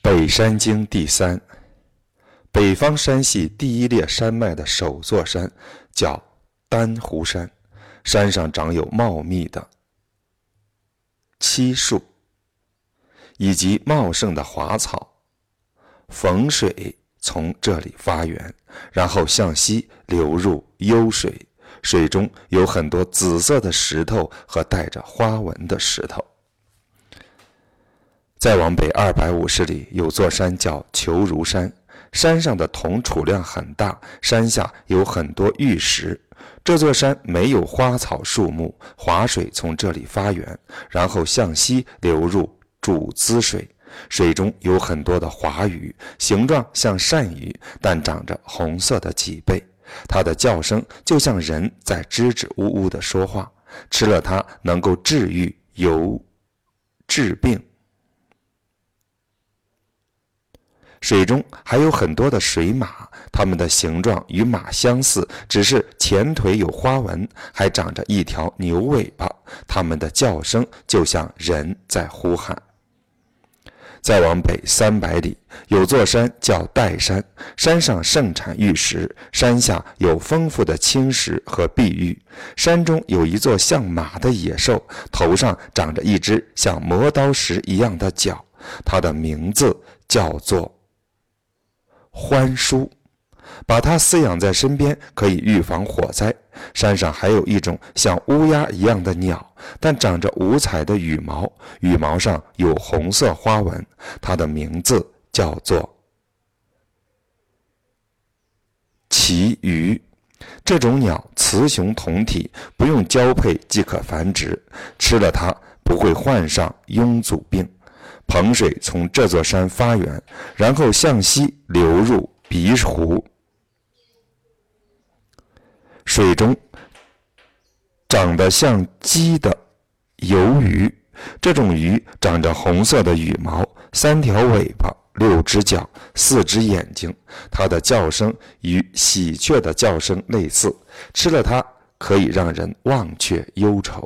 北山经第三，北方山系第一列山脉的首座山叫丹湖山，山上长有茂密的漆树，以及茂盛的华草。汾水从这里发源，然后向西流入幽水，水中有很多紫色的石头和带着花纹的石头。再往北250里有座山叫求如山，山上的铜储量很大，山下有很多玉石。这座山没有花草树木，华水从这里发源，然后向西流入主滋水，水中有很多的华鱼，形状像鳝鱼，但长着红色的脊背。它的叫声就像人在支支吾吾地说话，吃了它能够治愈治病。水中还有很多的水马，它们的形状与马相似，只是前腿有花纹，还长着一条牛尾巴，它们的叫声就像人在呼喊。再往北300里有座山叫岱山，山上盛产玉石，山下有丰富的青石和碧玉。山中有一座像马的野兽，头上长着一只像磨刀石一样的角，它的名字叫做欢舒，把它饲养在身边可以预防火灾。山上还有一种像乌鸦一样的鸟，但长着五彩的羽毛，羽毛上有红色花纹，它的名字叫做旗鱼。这种鸟雌雄同体，不用交配即可繁殖，吃了它不会患上庸祖病。滂水从这座山发源，然后向西流入鼻湖，水中长得像鸡的游鱼，这种鱼长着红色的羽毛，3条尾巴，6只脚，4只眼睛，它的叫声与喜鹊的叫声类似，吃了它可以让人忘却忧愁。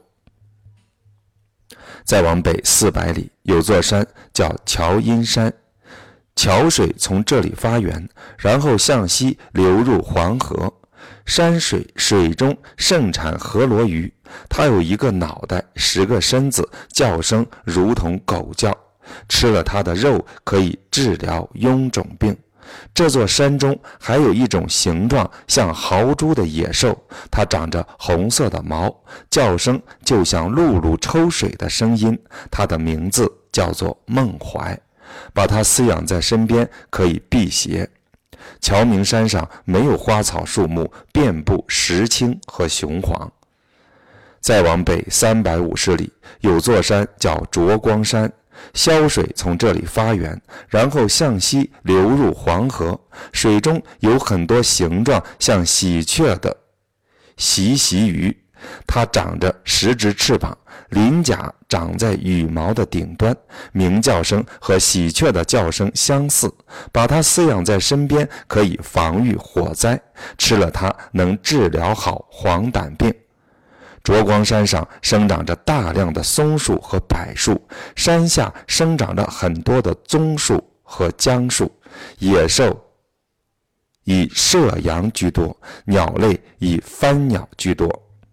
再往北400里有座山叫乔阴山，乔水从这里发源，然后向西流入黄河。山水中盛产河螺鱼，它有1个脑袋，10个身子，叫声如同狗叫，吃了它的肉可以治疗臃肿病。这座山中还有一种形状像豪猪的野兽，它长着红色的毛，叫声就像辘辘抽水的声音，它的名字叫做孟怀，把它饲养在身边可以辟邪。乔明山上没有花草树木，遍布石青和雄黄。再往北350里有座山叫灼光山，萧水从这里发源，然后向西流入黄河，水中有很多形状像喜鹊的习鱼，它长着10只翅膀，鳞甲长在羽毛的顶端，鸣叫声和喜鹊的叫声相似，把它饲养在身边可以防御火灾，吃了它能治疗好黄疸病。灼光山上生长着大量的松树和柏树，山下生长着很多的棕树和姜树，野兽以麝羊居多，鸟类以番鸟居多。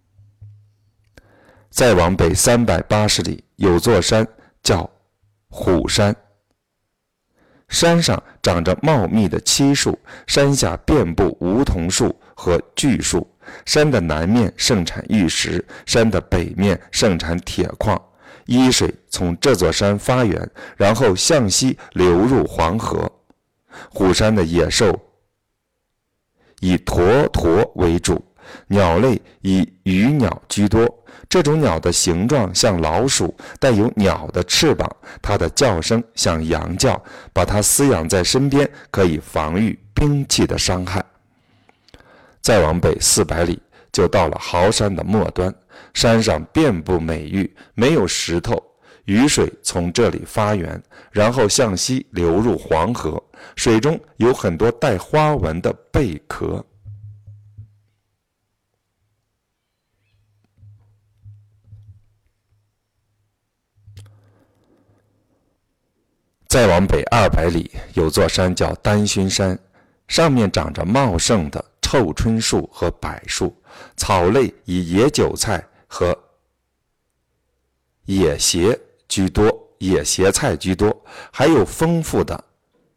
再往北380里有座山叫虎山，山上长着茂密的漆树，山下遍布梧桐树和巨树。山的南面盛产玉石，山的北面盛产铁矿。伊水从这座山发源，然后向西流入黄河。虎山的野兽以驼驼为主，鸟类以鱼鸟居多。这种鸟的形状像老鼠，带有鸟的翅膀，它的叫声像羊叫，把它饲养在身边可以防御兵器的伤害。再往北400里就到了崤山的末端，山上遍布美玉，没有石头，雨水从这里发源，然后向西流入黄河，水中有很多带花纹的贝壳。 再往北200里，有座山叫丹熏山，上面长着茂盛的臭椿树和柏树，草类以野韭菜和野茄居多，野茄菜居多，还有丰富的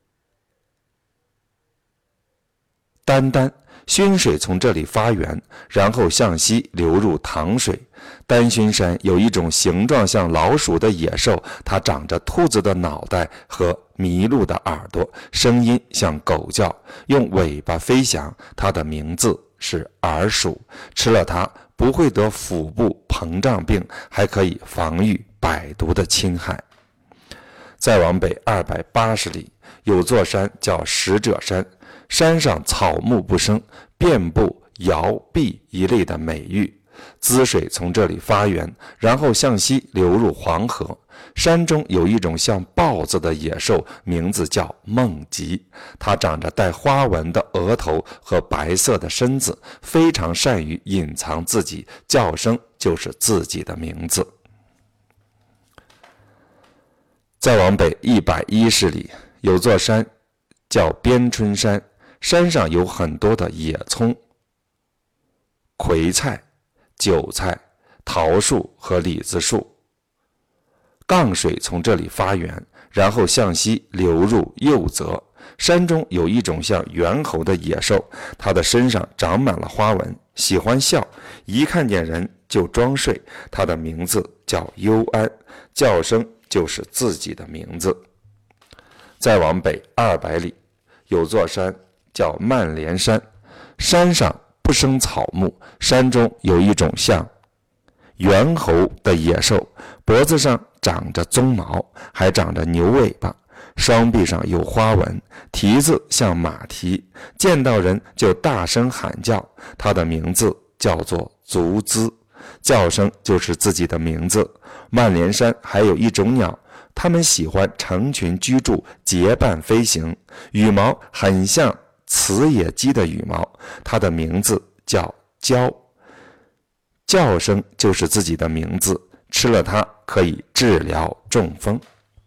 丹丹。熏水从这里发源，然后向西流入糖水。丹熏山有一种形状像老鼠的野兽，它长着兔子的脑袋和麋鹿的耳朵，声音像狗叫，用尾巴飞翔。它的名字是耳鼠，吃了它不会得腹部膨胀病，还可以防御百毒的侵害。再往北280里，有座山叫使者山，山上草木不生，遍布瑶碧一类的美玉。滋水从这里发源，然后向西流入黄河。山中有一种像豹子的野兽，名字叫梦吉，它长着带花纹的额头和白色的身子，非常善于隐藏自己，叫声就是自己的名字。再往北110里，有座山叫边春山，山上有很多的野葱、葵菜、韭菜、桃树和李子树。杠水从这里发源，然后向西流入右泽。山中有一种像猿猴的野兽，它的身上长满了花纹，喜欢笑，一看见人就装睡。它的名字叫幽安，叫声就是自己的名字。再往北200里，有座山叫曼莲山，山上不生草木，山中有一种像猿猴的野兽，脖子上长着鬃毛，还长着牛尾巴，双臂上有花纹，蹄子像马蹄，见到人就大声喊叫。它的名字叫做足姿，叫声就是自己的名字。曼莲山还有一种鸟，它们喜欢成群居住，结伴飞行，羽毛很像雌野鸡的羽毛，它的名字叫鹪，叫声就是自己的名字，吃了它可以治疗中风。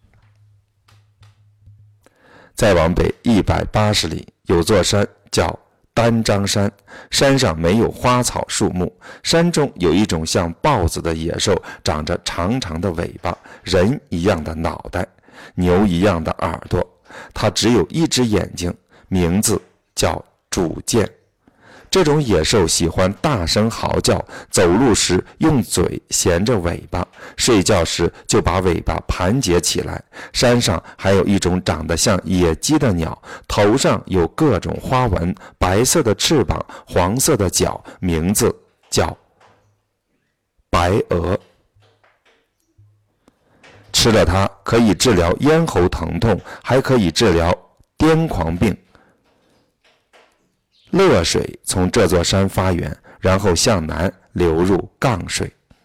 再往北180里，有座山叫丹章山，山上没有花草树木，山中有一种像豹子的野兽，长着长长的尾巴，人一样的脑袋，牛一样的耳朵，它只有一只眼睛，名字叫主见。这种野兽喜欢大声嚎叫，走路时用嘴衔着尾巴，睡觉时就把尾巴盘结起来。山上还有一种长得像野鸡的鸟，头上有各种花纹，白色的翅膀，黄色的脚，名字叫白鹅。吃了它可以治疗咽喉疼痛，还可以治疗癫狂病。乐水从这座山发源，然后向南流入杠水。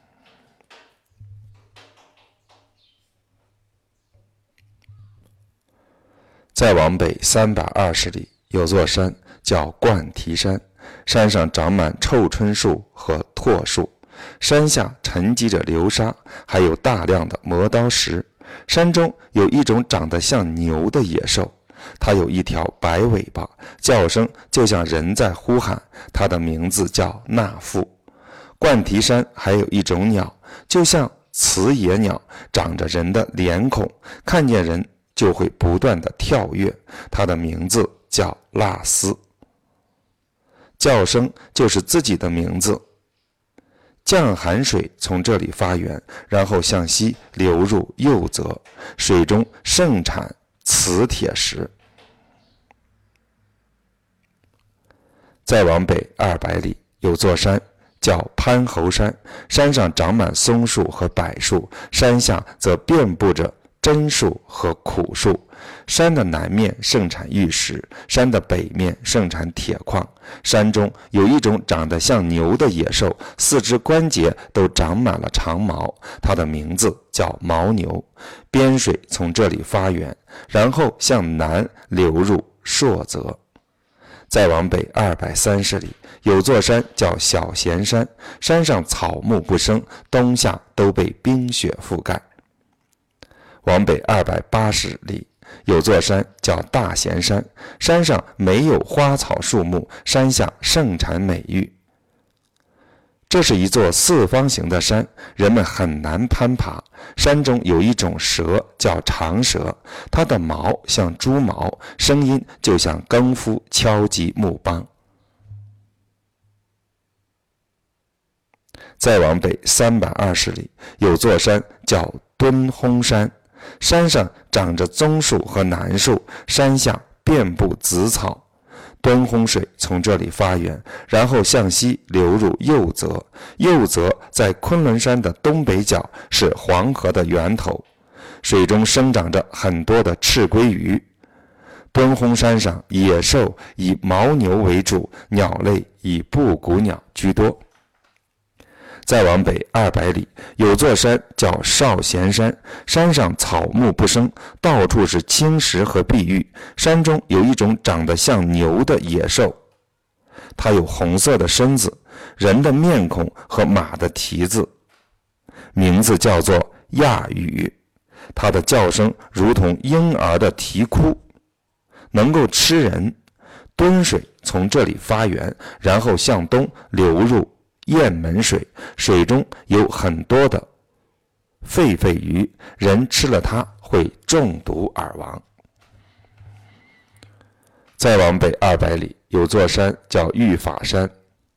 再往北320里，有座山叫灌提山，山上长满臭椿树和柞树，山下沉积着流沙，还有大量的磨刀石。山中有一种长得像牛的野兽，它有一条白尾巴，叫声就像人在呼喊，它的名字叫纳富。灌提山还有一种鸟，就像雌野鸟，长着人的脸孔，看见人就会不断的跳跃，它的名字叫腊斯，叫声就是自己的名字。降寒水从这里发源，然后向西流入右泽，水中盛产磁铁石。再往北200里，有座山叫潘侯山，山上长满松树和柏树，山下则遍布着榛树和苦树。山的南面盛产玉石，山的北面盛产铁矿。山中有一种长得像牛的野兽，四肢关节都长满了长毛，它的名字叫牦牛。边水从这里发源，然后向南流入朔泽。再往北230里，有座山叫小咸山，山上草木不生，冬夏都被冰雪覆盖。往北280里， 有座山叫大贤山，山上没有花草树木，山下盛产美玉。这是一座四方形的山，人们很难攀爬。山中有一种蛇叫长蛇，它的毛像猪毛，声音就像更夫敲击木梆。再往北320里，有座山叫敦烘山，山上长着棕树和楠树，山下遍布紫草。敦烘水从这里发源，然后向西流入右泽。右泽在昆仑山的东北角，是黄河的源头，水中生长着很多的赤鲑鱼。敦烘山上野兽以牦牛为主，鸟类以布谷鸟居多。再往北200里，有座山叫少闲山，山上草木不生，到处是青石和碧玉。山中有一种长得像牛的野兽，它有红色的身子、人的面孔和马的蹄子，名字叫做亚羽。它的叫声如同婴儿的啼哭，能够吃人。敦水从这里发源，然后向东流入雁门水，水中有很多的狒狒鱼，人吃了它会中毒而亡。再往北200里，有座山叫玉法山，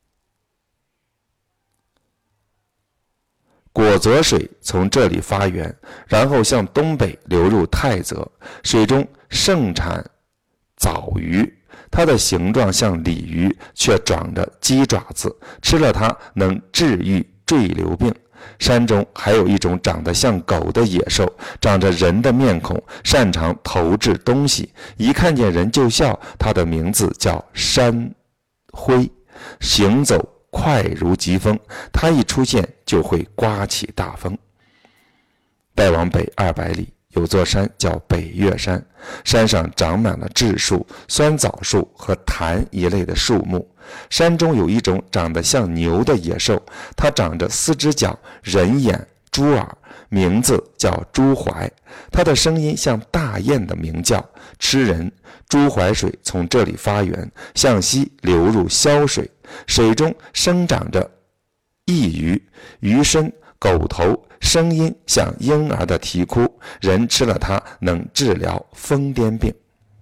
果泽水从这里发源，然后向东北流入太泽，水中盛产藻鱼，它的形状像鲤鱼，却长着鸡爪子，吃了它能治愈坠流病。山中还有一种长得像狗的野兽，长着人的面孔，擅长投掷东西，一看见人就笑，它的名字叫山灰，行走快如疾风，它一出现就会刮起大风。再往北200里，有座山叫北岳山，山上长满了栉树、酸枣树和檀一类的树木。山中有一种长得像牛的野兽，它长着4只脚、人眼、猪耳，名字叫朱槐。它的声音像大雁的鸣叫，吃人。朱槐水从这里发源，向西流入萧水，水中生长着异鱼，鱼身、狗头，声音像婴儿的啼哭，人吃了它能治疗疯癫病。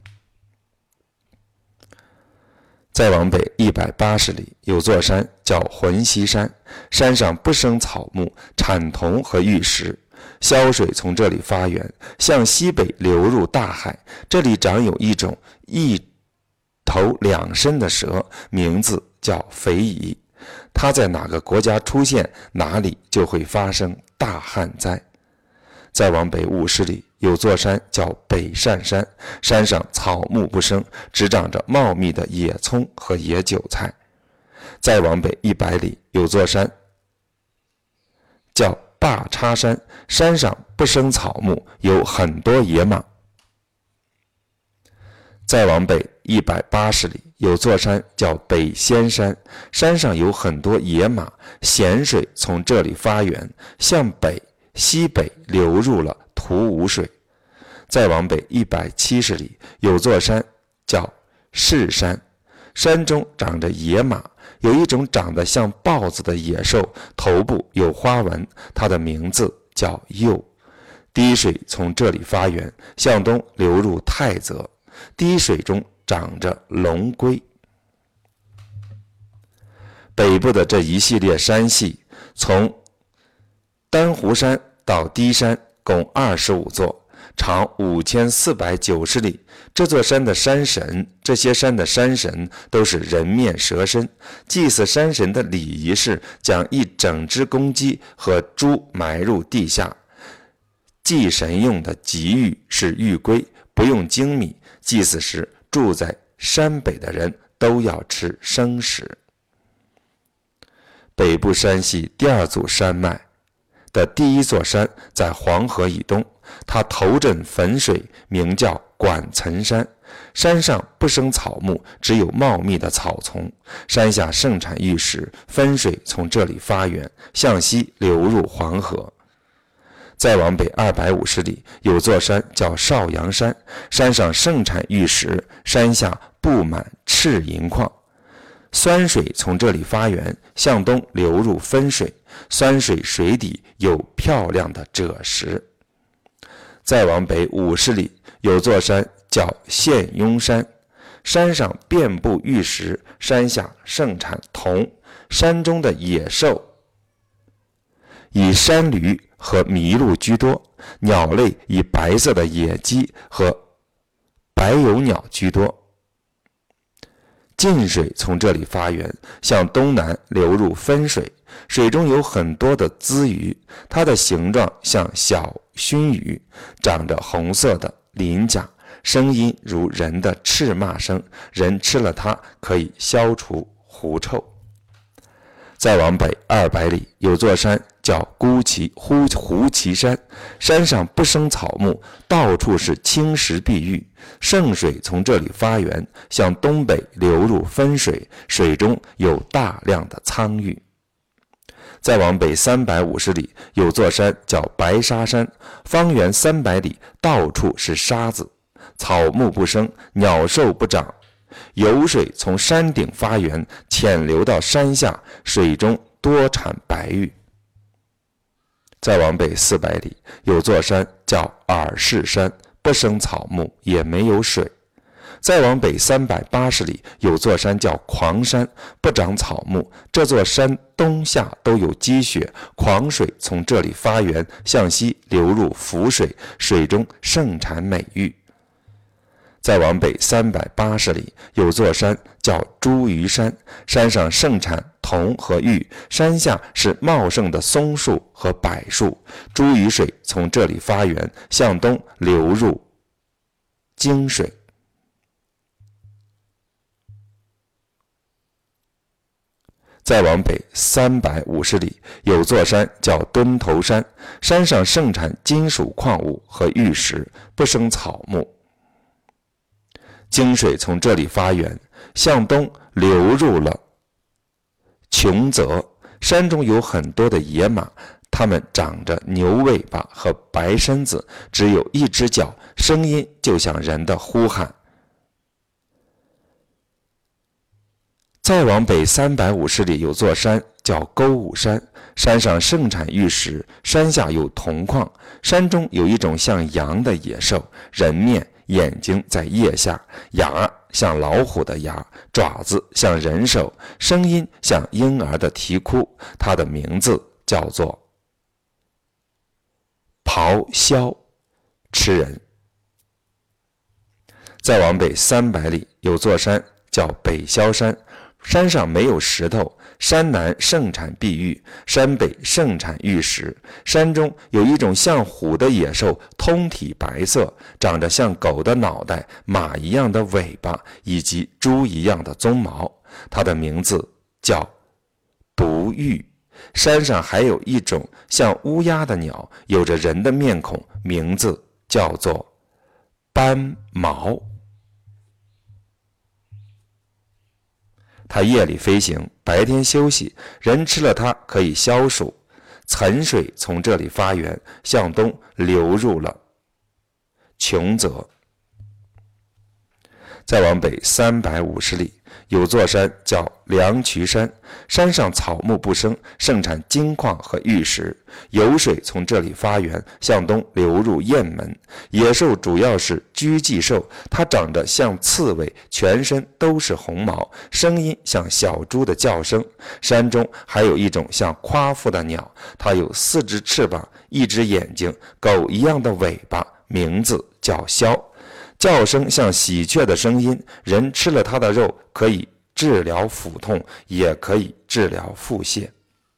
再往北180里，有座山叫浑溪山，山上不生草木，产铜和玉石。萧水从这里发源，向西北流入大海，这里长有一种1头2身的蛇，名字叫肥夷。它在哪个国家出现，哪里就会发生大旱灾。再往北50里，有座山叫北善山，山上草木不生，只长着茂密的野葱和野韭菜。再往北100里，有座山叫灞叉山，山上不生草木，有很多野马。再往北180里，有座山叫北仙山，山上有很多野马，咸水从这里发源，向北西北流入了图武水。再往北170里，有座山叫士山，山中长着野马，有一种长得像豹子的野兽，头部有花纹，它的名字叫鼬。滴水从这里发源，向东流入太泽，滴水中长着龙龟。北部的这一系列山系，从丹湖山到低山共25座，长5490里。这座山的山神，这些山的山神都是人面蛇身。祭祀山神的礼仪是将一整只公鸡和猪埋入地下。祭神用的吉玉是玉龟，不用精米。祭祀时住在山北的人都要吃生食。北部山系第2组山脉的第1座山在黄河以东，它头枕汾水，名叫管岑山，山上不生草木，只有茂密的草丛，山下盛产玉石，汾水从这里发源，向西流入黄河。 再往北250里，有座山叫少阳山，山上盛产玉石，山下布满赤银矿。酸水从这里发源，向东流入分水，酸水水底有漂亮的赭石。再往北50里，有座山叫献雍山，山上遍布玉石，山下盛产铜，山中的野兽以山驴和麋鹿居多，鸟类以白色的野鸡和白油鸟居多。晋水从这里发源，向东南流入分水，水中有很多的鲻鱼，它的形状像小熏鱼，长着红色的鳞甲，声音如人的叱骂声，人吃了它可以消除狐臭。再往北200里，有座山叫胡岐山，山上不生草木，到处是青石碧玉，圣水从这里发源，向东北流入分水，水中有大量的苍玉。再往北350里，有座山叫白沙山，方圆300里到处是沙子，草木不生，鸟兽不长，有水从山顶发源，潜流到山下，水中多产白玉。再往北400里，有座山叫耳室山，不生草木，也没有水。再往北380里，有座山叫狂山，不长草木，这座山东下都有积雪，狂水从这里发源，向西流入浮水，水中盛产美玉。再往北380里，有座山叫茱萸山，山上盛产铜和玉，山下是茂盛的松树和柏树，茱萸水从这里发源，向东流入泾水。再往北350里，有座山叫墩头山，山上盛产金属矿物和玉石，不生草木。泾水从这里发源，向东流入了穷泽，山中有很多的野马，它们长着牛尾巴和白身子，只有一只脚，声音就像人的呼喊。再往北350里，有座山叫勾武山，山上盛产玉石，山下有铜矿，山中有一种像羊的野兽，人面，眼睛在腋下，牙像老虎的牙，爪子像人手，声音像婴儿的啼哭，它的名字叫做咆哮，吃人。再往北300里，有座山叫北萧山，山上没有石头，山南盛产碧玉，山北盛产玉石，山中有一种像虎的野兽，通体白色，长着像狗的脑袋，马一样的尾巴，以及猪一样的鬃毛，它的名字叫不玉。山上还有一种像乌鸦的鸟，有着人的面孔，名字叫做斑毛。它夜里飞行，白天休息，人吃了它可以消暑。岑水从这里发源，向东流入了穷泽。再往北350里，有座山叫梁渠山，山上草木不生，盛产金矿和玉石，有水从这里发源，向东流入雁门。野兽主要是居寄兽，它长得像刺猬，全身都是红毛，声音像小猪的叫声。山中还有一种像夸父的鸟，它有4只翅膀，1只眼睛，狗一样的尾巴，名字叫枭，叫声像喜鹊的声音，人吃了它的肉可以治疗腹痛，也可以治疗腹泻。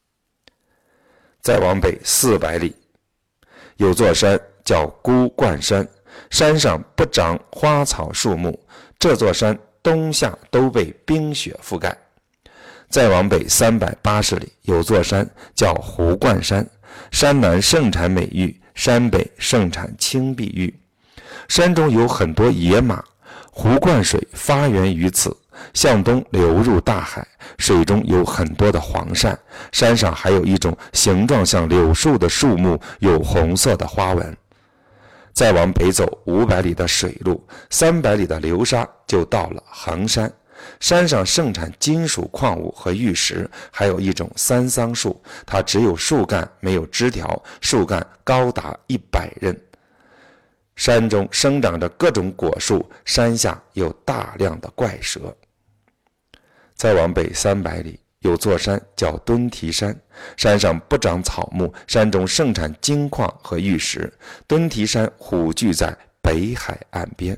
再往北400里，有座山叫孤冠山，山上不长花草树木，这座山冬夏都被冰雪覆盖。再往北380里，有座山叫胡冠山，山南盛产美玉，山北盛产青碧玉，山中有很多野马，胡冠水发源于此， 向东流入大海，水中有很多的黄鳝，山上还有一种形状像柳树的树木，有红色的花纹。再往北走500里的水路，300里的流沙，就到了衡山。山上盛产金属矿物和玉石，还有一种三桑树，它只有树干没有枝条，树干高达100仞。山中生长着各种果树，山下有大量的怪蛇。再往北300里有座山叫敦提山，山上不长草木，山中盛产金矿和玉石。敦提山虎踞在北海岸边。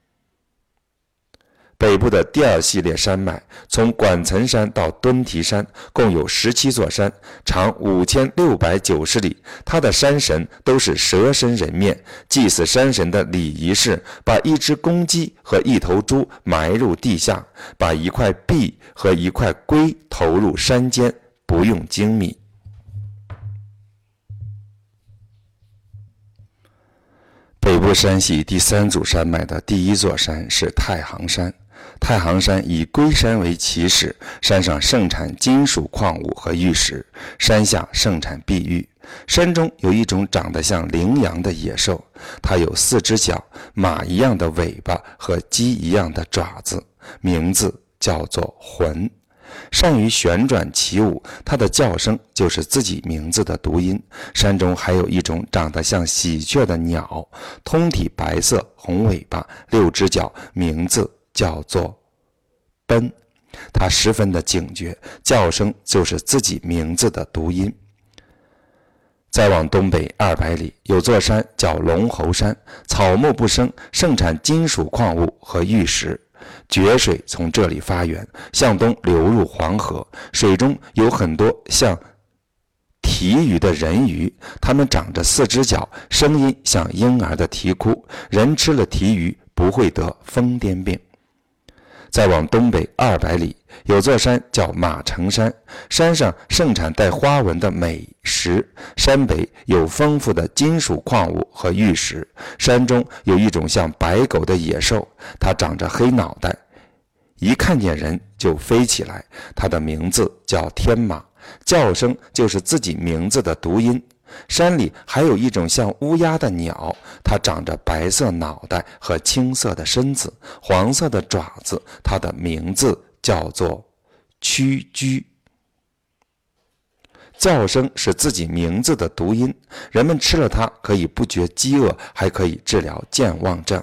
北部的第2系列山脉，从管岑山到敦提山，共有17座山，长5690里。它的山神都是蛇身人面。祭祀山神的礼仪是把一只公鸡和一头猪埋入地下，把一块璧和一块龟投入山间，不用精密。北部山系第3组山脉的第1座山是太行山。太行山以龟山为起始，山上盛产金属矿物和玉石，山下盛产碧玉。山中有一种长得像羚羊的野兽，它有4只脚、马一样的尾巴和鸡一样的爪子，名字叫做浑。善于旋转起舞，它的叫声就是自己名字的读音。山中还有一种长得像喜鹊的鸟，通体白色，红尾巴，6只脚，名字叫做奔。它十分的警觉，叫声就是自己名字的读音。再往东北200里有座山叫龙侯山，草木不生，盛产金属矿物和玉石。决水从这里发源，向东流入黄河，水中有很多像啼鱼的人鱼，它们长着4只脚，声音像婴儿的啼哭，人吃了啼鱼不会得疯癫病。再往东北200里有座山叫马城山，山上盛产带花纹的美石，山北有丰富的金属矿物和玉石。山中有一种像白狗的野兽，它长着黑脑袋，一看见人就飞起来，它的名字叫天马，叫声就是自己名字的读音。山里还有一种像乌鸦的鸟，它长着白色脑袋和青色的身子，黄色的爪子，它的名字叫做屈居。叫声是自己名字的读音，人们吃了它可以不觉饥饿，还可以治疗健忘症。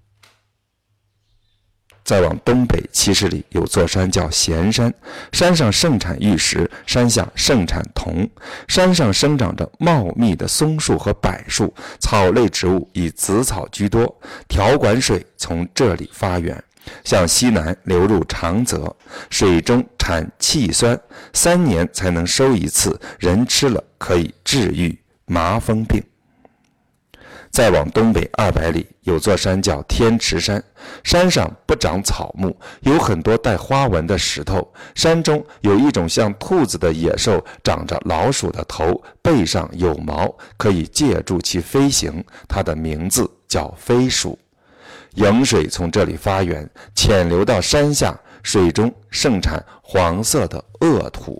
再往东北70里有座山叫咸山，山上盛产玉石，山下盛产铜。山上生长着茂密的松树和柏树，草类植物以紫草居多。条管水从这里发源，向西南流入长泽，水中产气酸，3年才能收一次，人吃了可以治愈麻风病。再往东北200里有座山叫天池山，山上不长草木，有很多带花纹的石头。山中有一种像兔子的野兽，长着老鼠的头，背上有毛，可以借助其飞行，它的名字叫飞鼠。颍水从这里发源，潜流到山下，水中盛产黄色的恶土。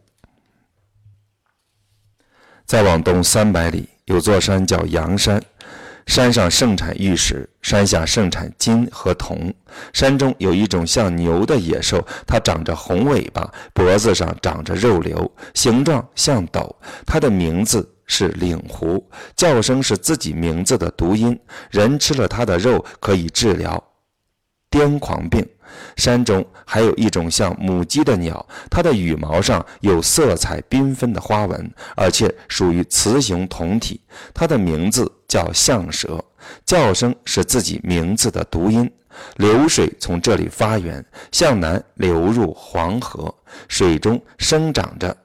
再往东300里有座山叫阳山，山上盛产玉石，山下盛产金和铜。山中有一种像牛的野兽，它长着红尾巴，脖子上长着肉瘤，形状像斗，它的名字是领狐，叫声是自己名字的读音，人吃了它的肉可以治疗癫狂病。山中还有一种像母鸡的鸟，它的羽毛上有色彩缤纷的花纹，而且属于雌雄同体，它的名字叫象蛇，叫声是自己名字的读音。流水从这里发源，向南流入黄河，水中生长着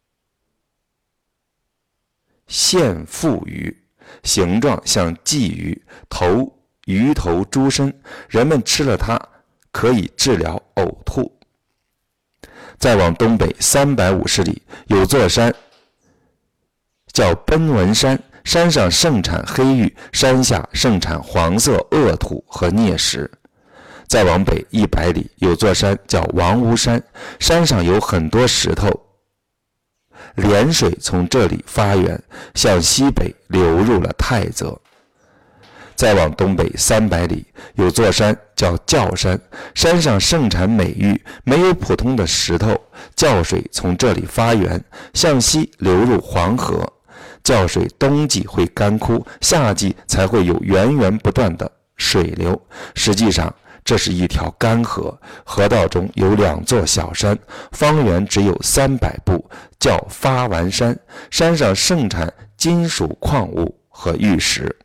线腹鱼，形状像鲫鱼，鱼头猪身，人们吃了它可以治疗呕吐。再往东北350里有座山叫奔文山，山上盛产黑玉，山下盛产黄色恶土和镍石。 再往北100里，有座山叫王屋山，山上有很多石头，涟水从这里发源，向西北流入了太泽。再往东北300里，有座山叫教山，山上盛产美玉，没有普通的石头，教水从这里发源，向西流入黄河。教水冬季会干枯，夏季才会有源源不断的水流。实际上这是一条干河，河道中有2座小山，方圆只有300步，叫发完山，山上盛产金属矿物和玉石。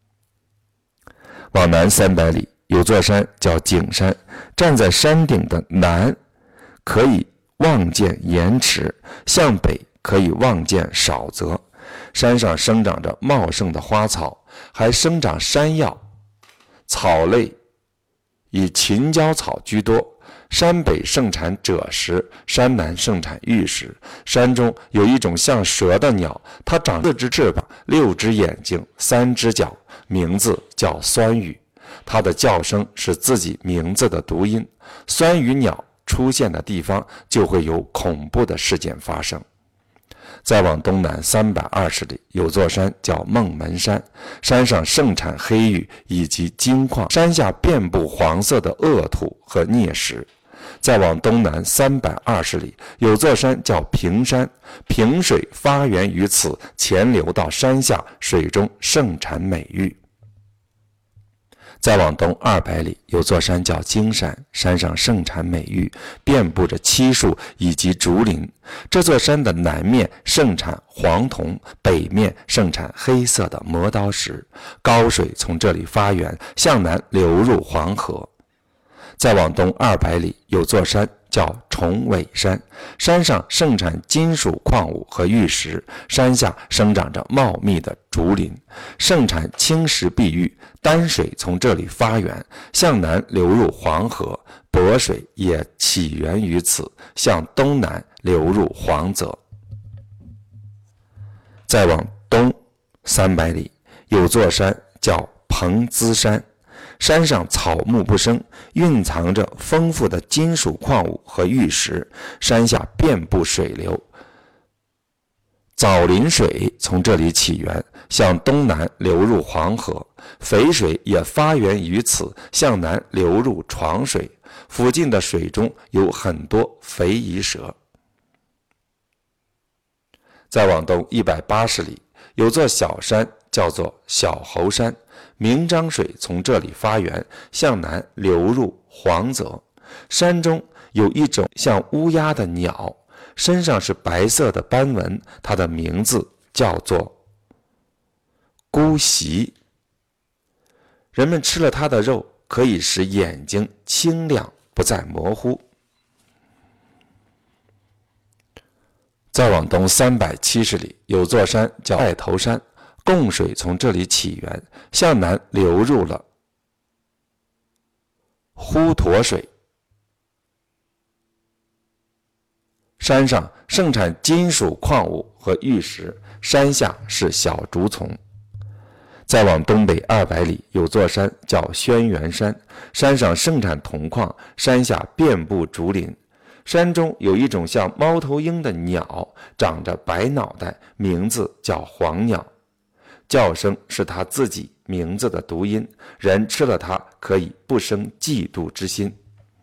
往南300里，有座山叫景山，站在山顶的南可以望见盐池，向北可以望见少泽。山上生长着茂盛的花草，还生长山药，草类以芹椒草居多。山北盛产赭石，山南盛产玉石。山中有一种像蛇的鸟，它长4只翅膀，6只眼睛，3只脚，名字叫酸雨。它的叫声是自己名字的读音。酸雨鸟出现的地方就会有恐怖的事件发生。再往东南320里，有座山叫孟门山，山上盛产黑玉以及金矿，山下遍布黄色的恶土和啮石。再往东南320里，有座山叫平山，平水发源于此，潜流到山下，水中盛产美玉。再往东200里，有座山叫金山，山上盛产美玉，遍布着漆树以及竹林。这座山的南面盛产黄铜，北面盛产黑色的磨刀石，高水从这里发源，向南流入黄河。再往东200里，有座山叫崇尾山，山上盛产金属矿物和玉石，山下生长着茂密的竹林，盛产青石碧玉，丹水从这里发源，向南流入黄河，渤水也起源于此，向东南流入黄泽。再往东300里，有座山叫彭滋山，山上草木不生，蕴藏着丰富的金属矿物和玉石，山下遍布水流，枣林水从这里起源，向东南流入黄河，淝水也发源于此，向南流入床水，附近的水中有很多肥夷蛇。再往东180里，有座小山叫做小猴山，明漳水从这里发源，向南流入黄泽。山中有一种像乌鸦的鸟，身上是白色的斑纹，它的名字叫做姑息。人们吃了它的肉，可以使眼睛清亮，不再模糊。再往东370里，有座山叫带头山，贡水从这里起源，向南流入了滹沱水。山上盛产金属矿物和玉石，山下是小竹丛。再往东北200里，有座山叫轩辕山，山上盛产铜矿，山下遍布竹林。山中有一种像猫头鹰的鸟，长着白脑袋，名字叫黄鸟，叫声是它自己名字的读音，人吃了它可以不生嫉妒之心。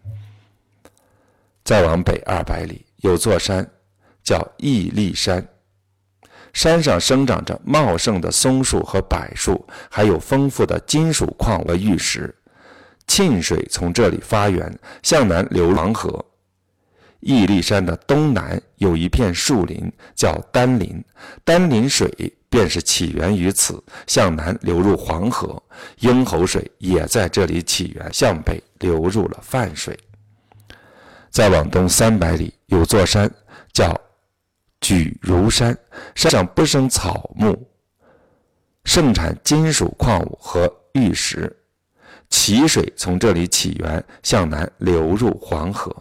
再往北200里，有座山叫屹立山，山上生长着茂盛的松树和柏树，还有丰富的金属矿和玉石，沁水从这里发源，向南流入黄河。屹立山的东南有一片树林叫丹林，丹林水便是起源于此，向南流入黄河，鹰喉水也在这里起源，向北流入了泛水。再往东300里，有座山叫举如山，山上不生草木，盛产金属矿物和玉石，淇水从这里起源，向南流入黄河。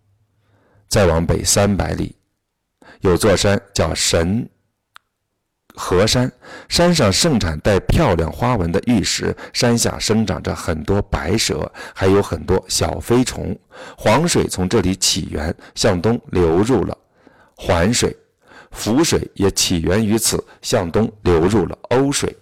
再往北300里，有座山叫神河山，山上盛产带漂亮花纹的玉石，山下生长着很多白蛇，还有很多小飞虫。黄水从这里起源，向东流入了环水，涪水也起源于此，向东流入了瓯水。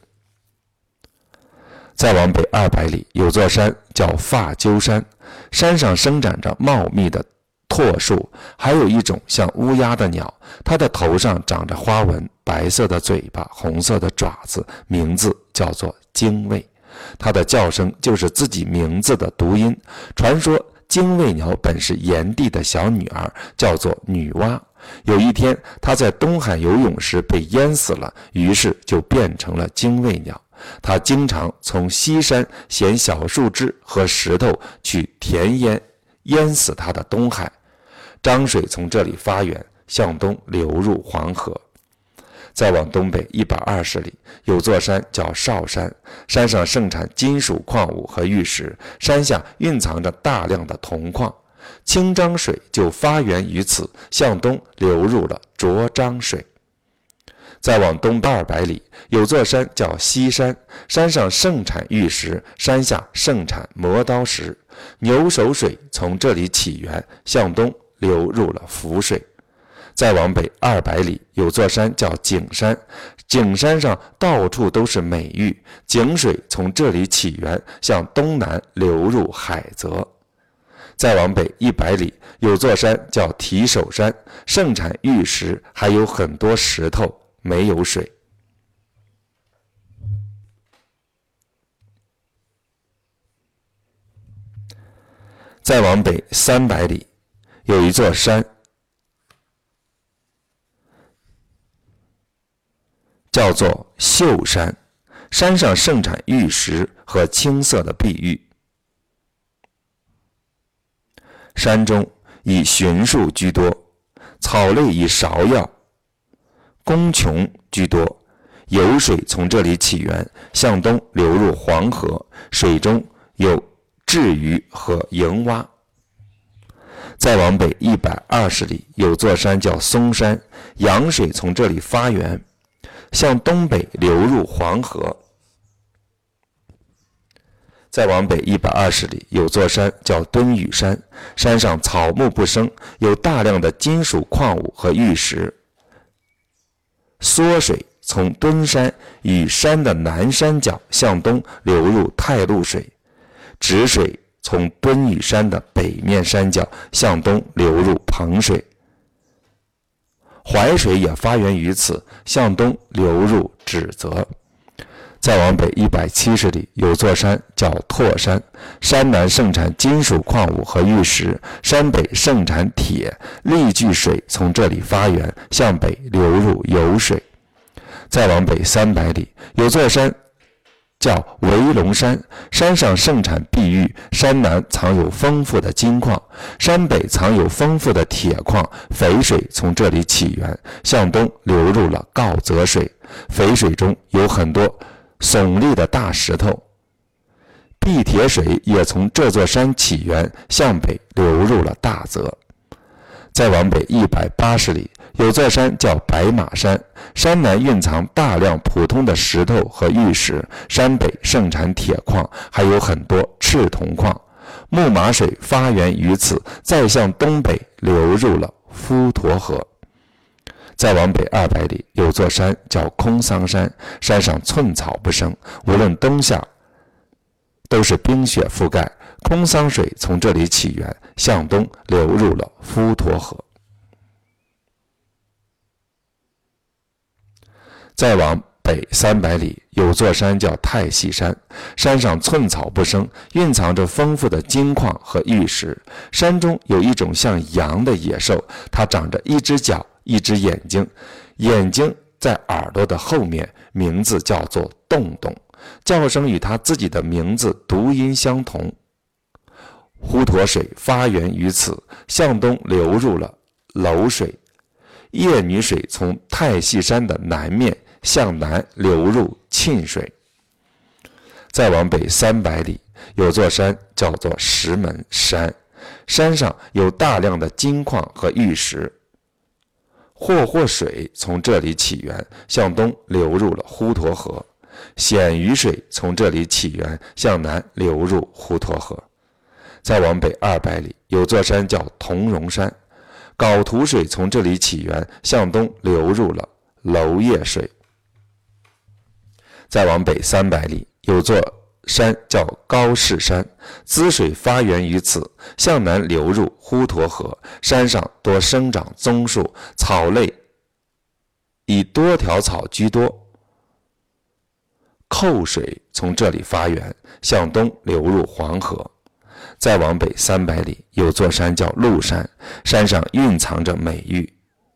再往北200里，有座山叫发鸠山，山上生长着茂密的柞树，还有一种像乌鸦的鸟，它的头上长着花纹，白色的嘴巴，红色的爪子，名字叫做精卫。它的叫声就是自己名字的读音。传说精卫鸟本是炎帝的小女儿，叫做女娲。有一天，她在东海游泳时被淹死了，于是就变成了精卫鸟。它经常从西山衔小树枝和石头去填淹死它的东海。漳水从这里发源，向东流入黄河。再往东北120里，有座山叫少山，山上盛产金属矿物和玉石，山下蕴藏着大量的铜矿。清漳水就发源于此，向东流入了浊漳水。再往东200里，有座山叫西山，山上盛产玉石，山下盛产磨刀石。牛首水从这里起源，向东流入了涪水。再往北200里，有座山叫景山，景山上到处都是美玉，景水从这里起源，向东南流入海泽。再往北100里，有座山叫提手山，盛产玉石，还有很多石头，没有水。再往北300里，有一座山叫做秀山，山上盛产玉石和青色的碧玉。山中以浔树居多，草类以芍药、宫琼居多。有水从这里起源，向东流入黄河，水中有雉鱼和蝇蛙。再往北120里，有座山叫嵩山，洋水从这里发源，向东北流入黄河。再往北120里，有座山叫敦屿山，山上草木不生，有大量的金属矿物和玉石。缩水从敦山与山的南山脚向东流入太路水，直水从敦屿山的北面山脚向东流入彭水。淮水也发源于此，向东流入芷泽。再往北170里，有座山叫拓山，山南盛产金属矿物和玉石，山北盛产铁，力聚水从这里发源，向北流入酉水。再往北300里，有座山叫围龙山，山上盛产碧玉，山南藏有丰富的金矿，山北藏有丰富的铁矿，淝水从这里起源，向东流入了告泽水。淝水中有很多耸立的大石头，碧铁水也从这座山起源，向北流入了大泽。再往北180里，有座山叫白马山，山南蕴藏大量普通的石头和玉石，山北盛产铁矿，还有很多赤铜矿。木马水发源于此，再向东北流入了滹沱河。再往北200里，有座山叫空桑山，山上寸草不生，无论冬夏都是冰雪覆盖。空桑水从这里起源，向东流入了滹沱河。再往北300里，有座山叫太细山，山上寸草不生，蕴藏着丰富的金矿和玉石。山中有一种像羊的野兽，它长着一只脚，一只眼睛，眼睛在耳朵的后面，名字叫做洞洞，叫声与它自己的名字读音相同。滹沱水发源于此，向东流入了篓水。夜女水从太细山的南面向南流入沁水。再往北300里，有座山叫做石门山，山上有大量的金矿和玉石。 霍水从这里起源，向东流入了滹沱河。鲜鱼水从这里起源，向南流入滹沱河。再往北200里，有座山叫铜荣山，皋土水从这里起源，向东流入了娄烨水。再往北300里，有座山叫高士山，滋水发源于此，向南流入滹沱河。山上多生长棕树，草类以多条草居多。寇水从这里发源，向东流入黄河。再往北300里，有座山叫鹿山，山上蕴藏着美玉。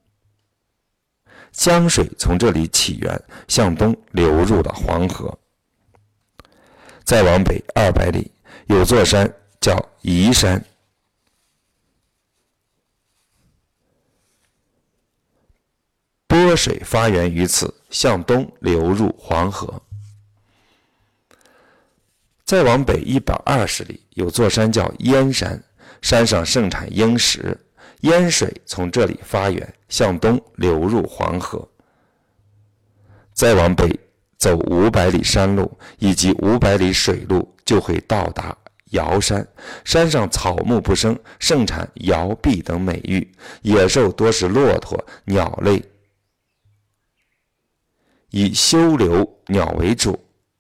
江水从这里起源，向东流入了黄河。再往北200里，有座山叫夷山，波水发源于此，向东流入黄河。再往北120里，有座山叫燕山，山上盛产鹰石，燕水从这里发源，向东流入黄河。再往北走500里山路以及500里水路，就会到达瑶山，山上草木不生，盛产瑶璧等美玉，野兽多是骆驼、鸟类，以修流鸟为主。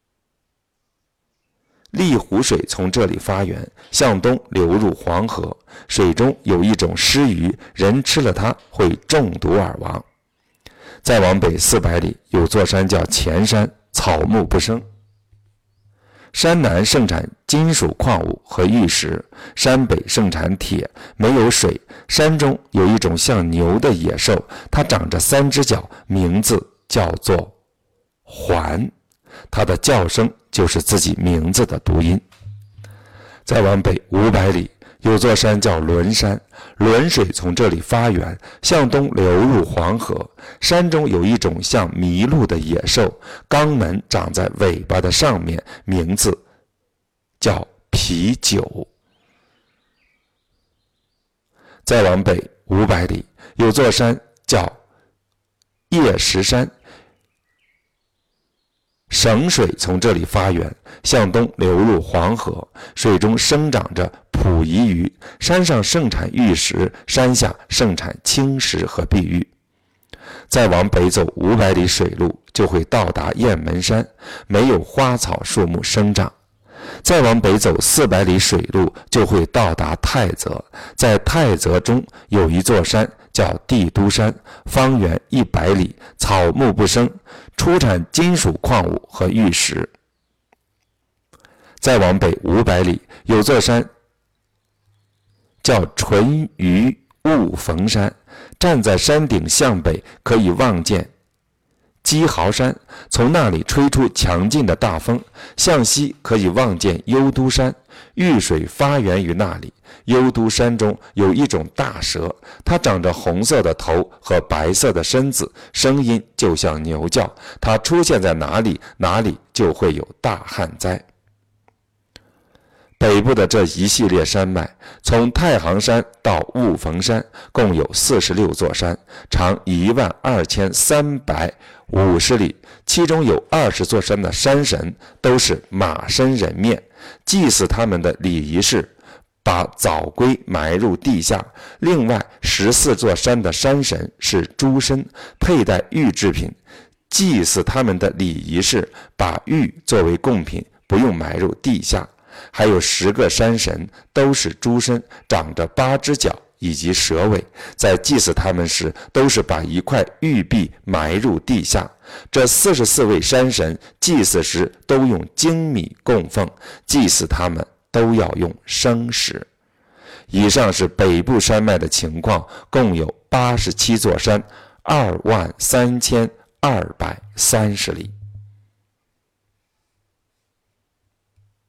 丽湖水从这里发源，向东流入黄河，水中有一种虱鱼，人吃了它会中毒而亡。再往北400里，有座山叫前山，草木不生。山南盛产金属矿物和玉石，山北盛产铁，没有水。山中有一种像牛的野兽，它长着3只脚，名字叫做环，它的叫声就是自己名字的读音。再往北500里，有座山叫仑山，仑水从这里发源，向东流入黄河。山中有一种像麋鹿的野兽，肛门长在尾巴的上面，名字叫啤酒。再往北500里，有座山叫叶石山，省水从这里发源，向东流入黄河，水中生长着溥仪鱼，山上盛产玉石，山下盛产青石和碧玉。再往北走500里水路，就会到达雁门山，没有花草树木生长。再往北走400里水路，就会到达太泽，在太泽中有一座山叫帝都山，方圆100里，草木不生，出产金属矿物和玉石。再往北500里，有座山叫淳于雾峰山，站在山顶向北，可以望见鸡豪山，从那里吹出强劲的大风，向西可以望见幽都山，玉水发源于那里。幽都山中有一种大蛇，它长着红色的头和白色的身子，声音就像牛叫，它出现在哪里，哪里就会有大旱灾。北部的这一系列山脉，从太行山到雾峰山，共有46座山，长12350里，其中有20座山的山神都是马身人面，祭祀他们的礼仪是把早龟埋入地下。另外14座山的山神是猪身，佩戴玉制品，祭祀他们的礼仪是把玉作为贡品，不用埋入地下。还有10个山神都是猪身，长着8只脚以及蛇尾，在祭祀他们时都是把一块玉璧埋入地下。这44位山神祭祀时都用精米供奉，祭祀他们都要用生石。以上是北部山脉的情况，共有87座山，23230里。